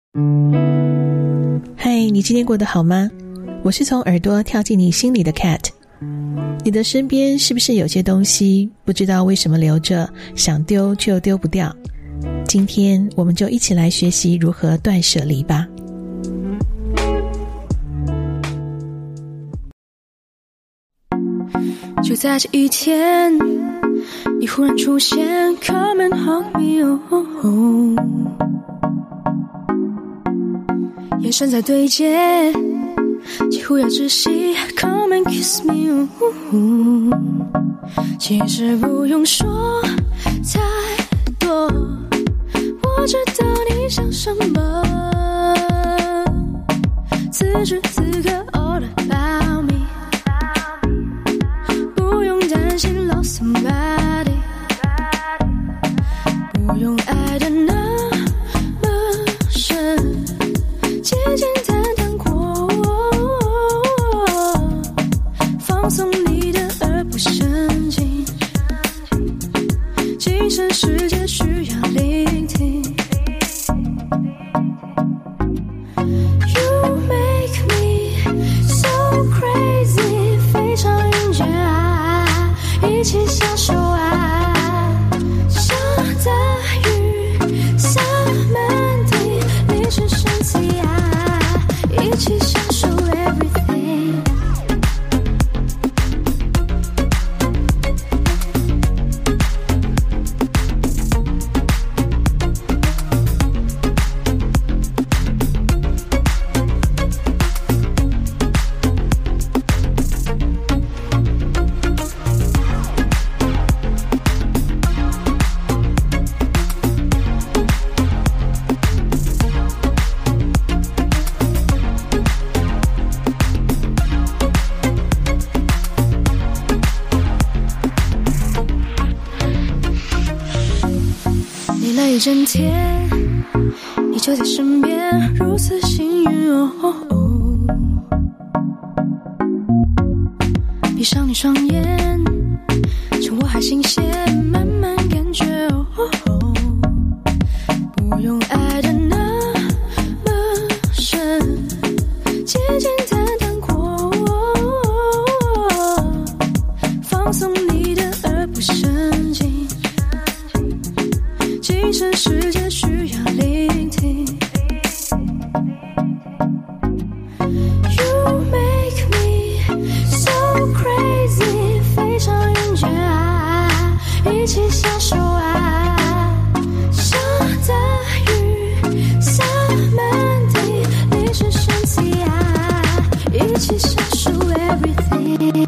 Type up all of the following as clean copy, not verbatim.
嗨，你今天过得好吗？我是从耳朵跳进你心里的 Cat。 你的身边是不是有些东西不知道为什么留着，想丢却又丢不掉？今天我们就一起来学习如何断舍离吧。 就在这一天，你忽然出现 Come and hug me， 眼神在对接，几乎要窒息 Come and kiss me， 其实不用说太多，我知道你想什么，此时此刻 all about me， 不用担心 lost somebody， 不用爱的那么深，简简单单过，放松你的耳部神经，精神世界需要聆听。You make me so crazy， 非常迎接爱，一起享受爱，下大雨洒满地，你是神奇爱，一起享受 everything。一整天你就在身边，如此幸运哦。闭上你双眼，趁我还新鲜，慢慢感觉哦。不用爱的那么深，简简单单过，放松你的耳部神经，精神世界需要聆听。 You make me so crazy， 非常迎接爱，一起享受爱，下大雨洒满地，你是神奇爱，一起享受 everything。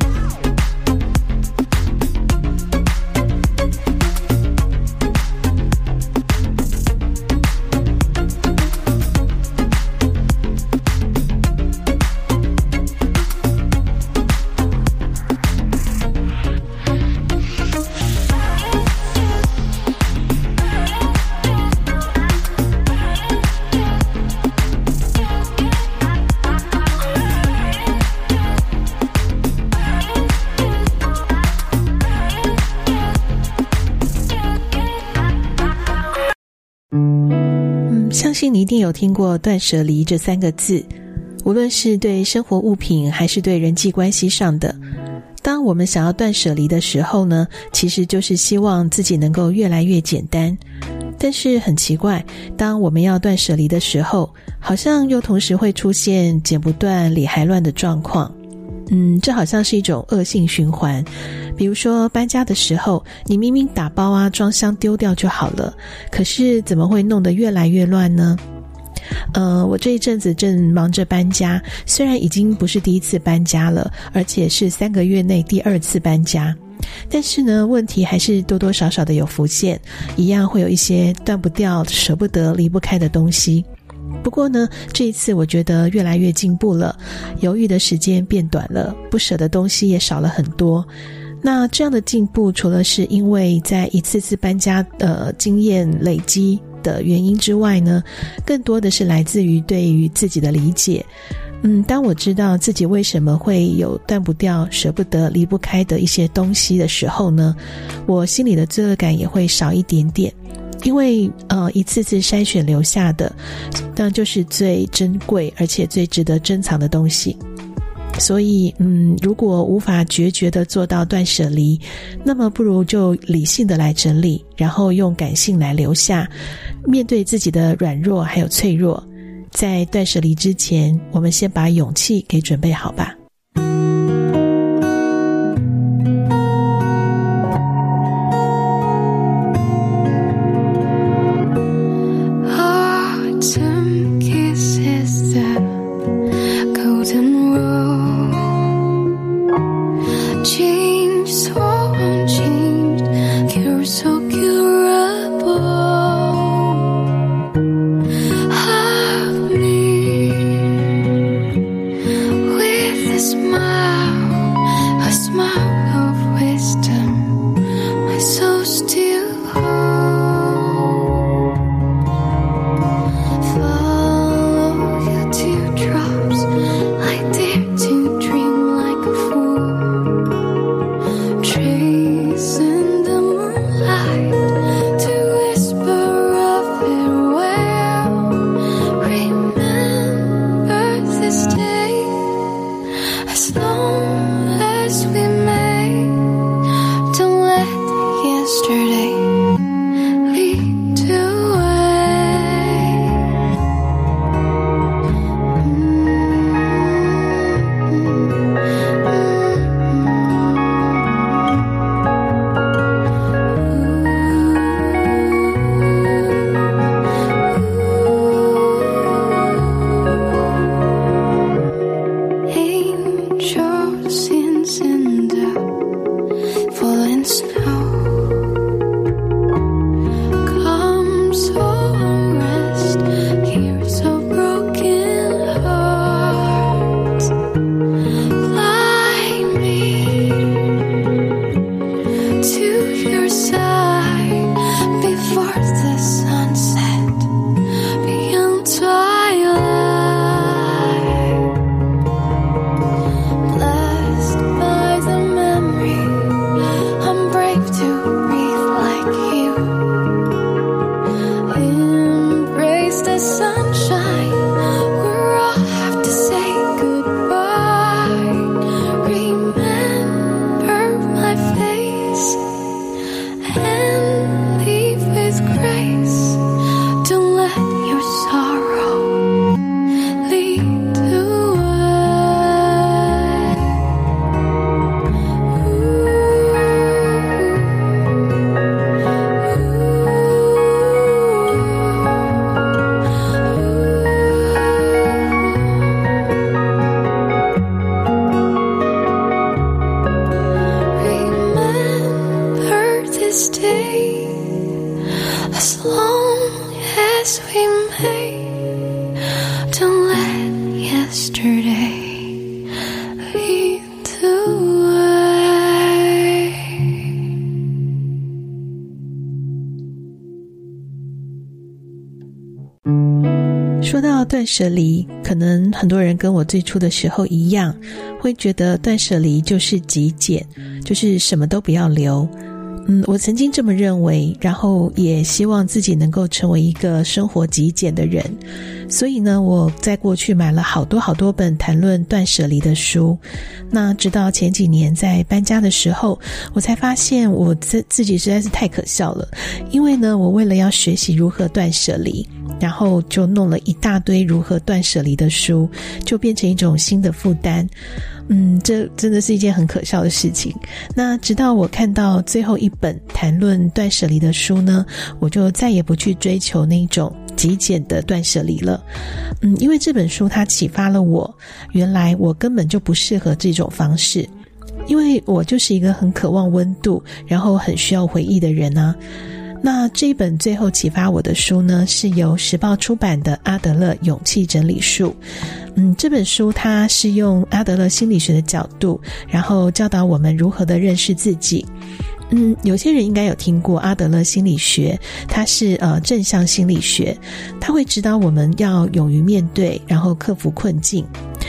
相信你一定有听过断舍离这3个字，无论是对生活物品还是对人际关系上的。当我们想要断舍离的时候呢，其实就是希望自己能够越来越简单。但是很奇怪，当我们要断舍离的时候，好像又同时会出现剪不断理还乱的状况。这好像是一种恶性循环。比如说搬家的时候，你明明打包啊装箱丢掉就好了，可是怎么会弄得越来越乱呢？我这一阵子正忙着搬家，虽然已经不是第一次搬家了，而且是3个月内第2次搬家，但是呢，问题还是多多少少的有浮现，一样会有一些断不掉、舍不得、离不开的东西。不过呢，这一次我觉得越来越进步了，犹豫的时间变短了，不舍的东西也少了很多。那这样的进步，除了是因为在一次次搬家经验累积的原因之外呢，更多的是来自于对于自己的理解。当我知道自己为什么会有断不掉、舍不得、离不开的一些东西的时候呢，我心里的罪恶感也会少一点点。 因为一次次筛选留下的，当然就是最珍贵而且最值得珍藏的东西。所以如果无法决绝地做到断舍离，那么不如就理性的来整理，然后用感性来留下，面对自己的软弱还有脆弱。在断舍离之前，我们先把勇气给准备好吧。说到断舍离，可能很多人跟我最初的时候一样，会觉得断舍离就是极简，就是什么都不要留。我曾经这么认为，然后也希望自己能够成为一个生活极简的人。所以呢，我在过去买了好多本谈论断舍离的书。那直到前几年在搬家的时候，我才发现我自己实在是太可笑了。因为呢，我为了要学习如何断舍离，然后就弄了一大堆如何断舍离的书，就变成一种新的负担。这真的是一件很可笑的事情。那直到我看到最后一本谈论断舍离的书呢，我就再也不去追求那种极简的断舍离了。因为这本书它启发了我，原来我根本就不适合这种方式。因为我就是一个很渴望温度，然后很需要回忆的人啊。那这一本最后启发我的书呢，是由时报出版的阿德勒勇气整理术。这本书它是用阿德勒心理学的角度，然后教导我们如何的认识自己。有些人应该有听过阿德勒心理学，它是正向心理学，它会指导我们要勇于面对，然后克服困境。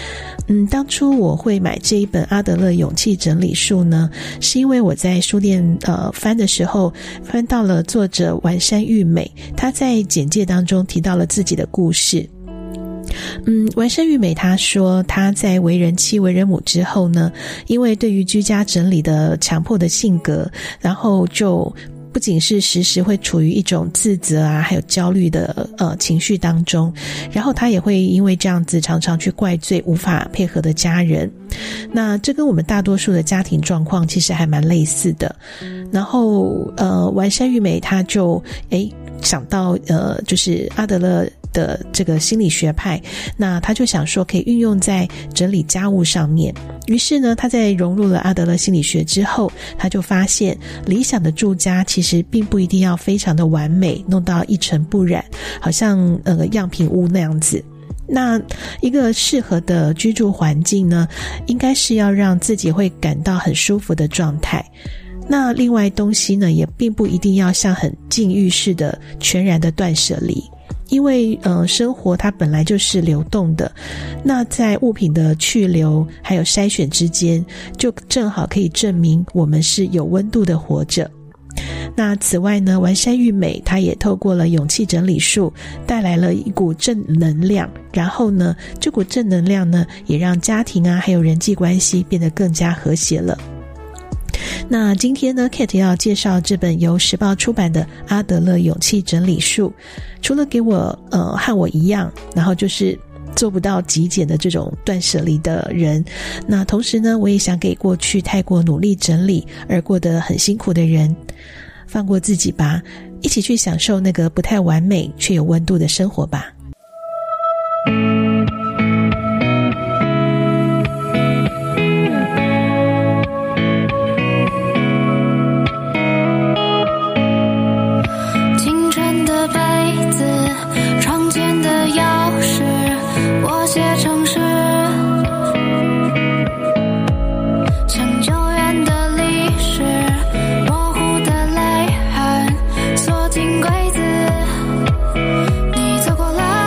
当初我会买这一本阿德勒勇气整理术呢，是因为我在书店翻的时候翻到了作者丸山裕美，他在简介当中提到了自己的故事。丸山裕美她说，她在为人妻为人母之后呢，因为对于居家整理的强迫的性格，然后就不仅是时时会处于一种自责啊还有焦虑的情绪当中，然后她也会因为这样子常常去怪罪无法配合的家人。那这跟我们大多数的家庭状况其实还蛮类似的。然后丸山裕美她就想到就是阿德勒的这个心理学派，那他就想说可以运用在整理家务上面。于是呢，他在融入了阿德勒心理学之后，他就发现理想的住家其实并不一定要非常的完美，弄到一尘不染，好像样品屋那样子。那一个适合的居住环境呢，应该是要让自己会感到很舒服的状态。那另外东西呢，也并不一定要像很禁欲式的全然的断舍离，因为生活它本来就是流动的，那在物品的去留还有筛选之间，就正好可以证明我们是有温度的活着。那此外呢，丸山裕美她也透过了勇气整理术带来了一股正能量，然后呢，这股正能量呢，也让家庭啊还有人际关系变得更加和谐了。那今天呢 Kate 要介绍这本由时报出版的阿德勒勇气整理术，除了给我和我一样，然后就是做不到极简的这种断舍离的人，那同时呢，我也想给过去太过努力整理而过得很辛苦的人放过自己吧，一起去享受那个不太完美却有温度的生活吧。 锁进柜子，你走过了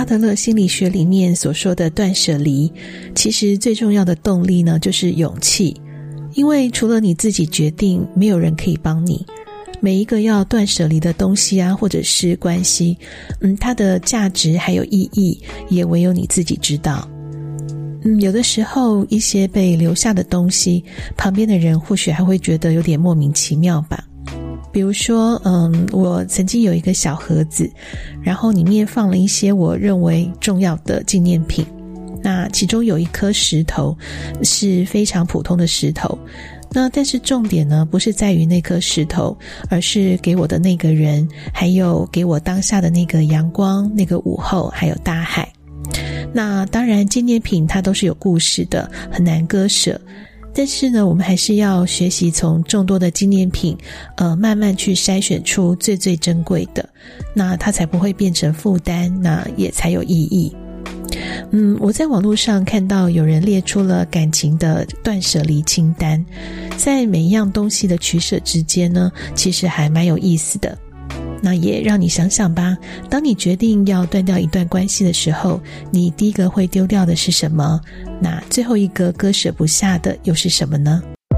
阿德勒心理学里面所说的断舍离，其实最重要的动力呢，就是勇气。因为除了你自己决定，没有人可以帮你。每一个要断舍离的东西啊，或者是关系，它的价值还有意义，也唯有你自己知道。有的时候一些被留下的东西，旁边的人或许还会觉得有点莫名其妙吧。比如说我曾经有一个小盒子，然后里面放了一些我认为重要的纪念品。那其中有一颗石头是非常普通的石头，那但是重点呢，不是在于那颗石头，而是给我的那个人，还有给我当下的那个阳光，那个午后，还有大海。那当然纪念品它都是有故事的，很难割舍，但是呢，我们还是要学习从众多的纪念品慢慢去筛选出最最珍贵的，那它才不会变成负担，那也才有意义。我在网络上看到有人列出了感情的断舍离清单，在每一样东西的取舍之间呢，其实还蛮有意思的。那也让你想想吧，当你决定要断掉一段关系的时候，你第一个会丢掉的是什么？那最后一个割舍不下的又是什么呢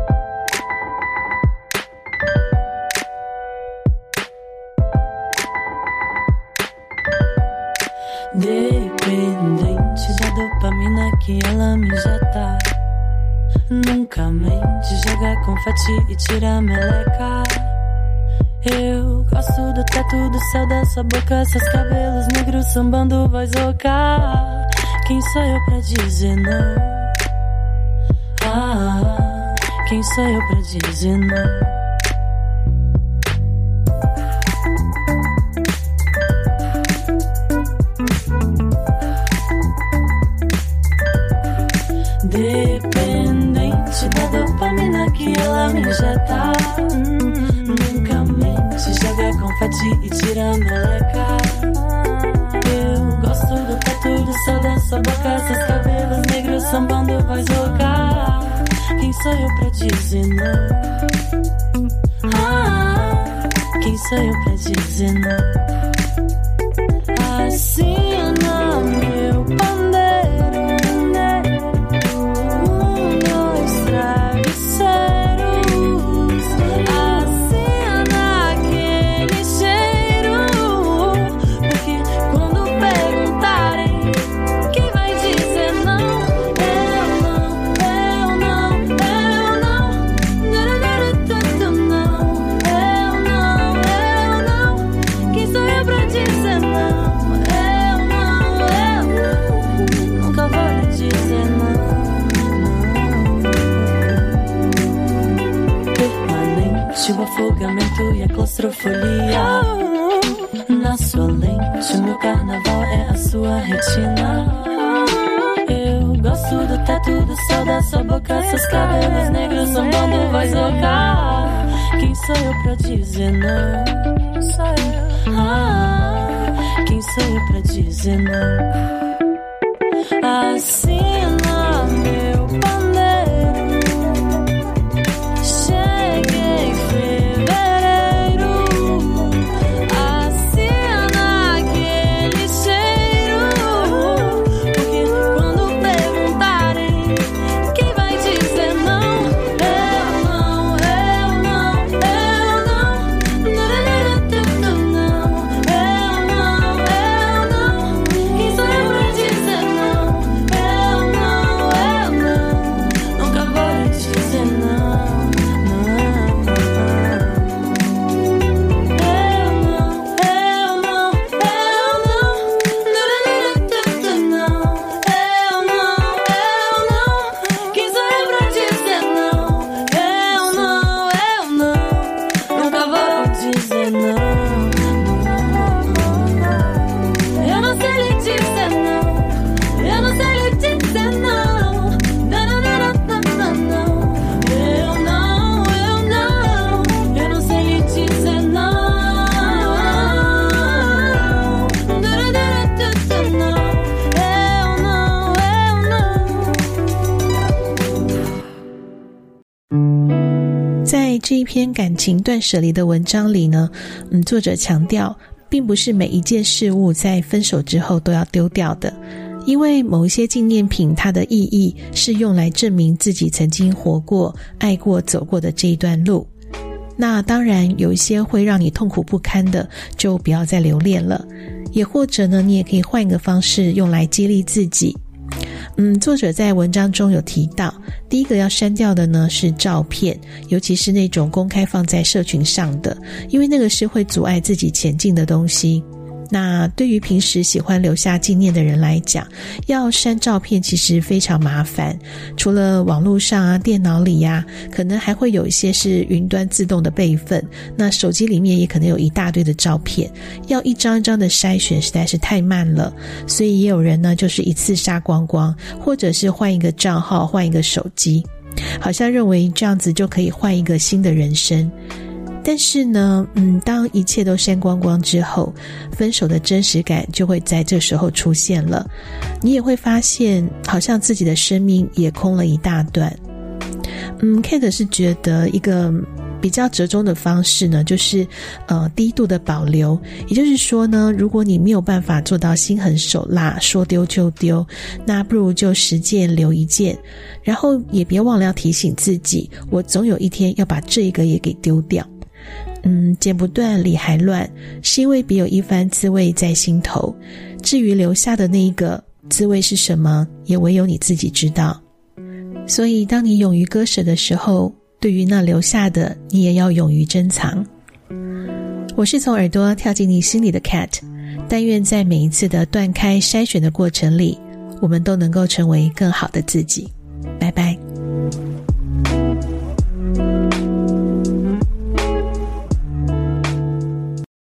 ？Dependente da dopamina que ela me injeta, nunca mente, joga confete e tira a meleca. Eu gosto do teto do céu da sua boca, seus cabelos negros sambando voz rouca. Quem sou eu pra dizer não? Ah, quem sou eu pra dizer não? Dependente da dopamina que ela me injeta, nunca mente, joga confete e tira a meleca. Eu gosto do teto do céu da sua boca, seus cabelos negros sambando voz rouca. Quem sou eu pra dizer não? Ah, quem sou eu pra dizer não? Assina meu pandeiro, o afogamento e a claustrofolia. Na sua lente, o meu carnaval é a sua retina. Eu gosto do teto do céu da sua boca, seus cabelos negros sambando voz rouca. Quem sou eu pra dizer não? Sou eu. Ah, quem sou eu pra dizer não? Assina meu pandeiro, cheguei fevereiro, assina aquele cheiro, porque quando perguntarem, quem vai dizer não? Eu não, eu não, eu não, quem sou eu pra dizer não? Eu não, nunca vou dizer não. 在这一篇感情断舍离的文章里呢，作者强调并不是每一件事物在分手之后都要丢掉的，因为某一些纪念品它的意义是用来证明自己曾经活过、爱过、走过的这一段路。那当然有一些会让你痛苦不堪的，就不要再留恋了。也或者呢，你也可以换一个方式用来激励自己。作者在文章中有提到，第一个要删掉的呢是照片，尤其是那种公开放在社群上的，因为那个是会阻碍自己前进的东西。那对于平时喜欢留下纪念的人来讲，要删照片其实非常麻烦，除了网络上啊、电脑里啊，可能还会有一些是云端自动的备份，那手机里面也可能有一大堆的照片，要一张一张的筛选实在是太慢了，所以也有人呢就是一次杀光光，或者是换一个账号、换一个手机，好像认为这样子就可以换一个新的人生。但是呢，当一切都删光光之后，分手的真实感就会在这时候出现了。你也会发现，好像自己的生命也空了一大段。Kate 是觉得一个比较折中的方式呢，就是低度的保留。也就是说呢，如果你没有办法做到心狠手辣，说丢就丢，那不如就10件留1件，然后也别忘了要提醒自己，我总有一天要把这个也给丢掉。剪不断理还乱，是因为别有一番滋味在心头。至于留下的那一个滋味是什么，也唯有你自己知道。所以当你勇于割舍的时候，对于那留下的，你也要勇于珍藏。我是从耳朵跳进你心里的 Cat， 但愿在每一次的断开筛选的过程里，我们都能够成为更好的自己。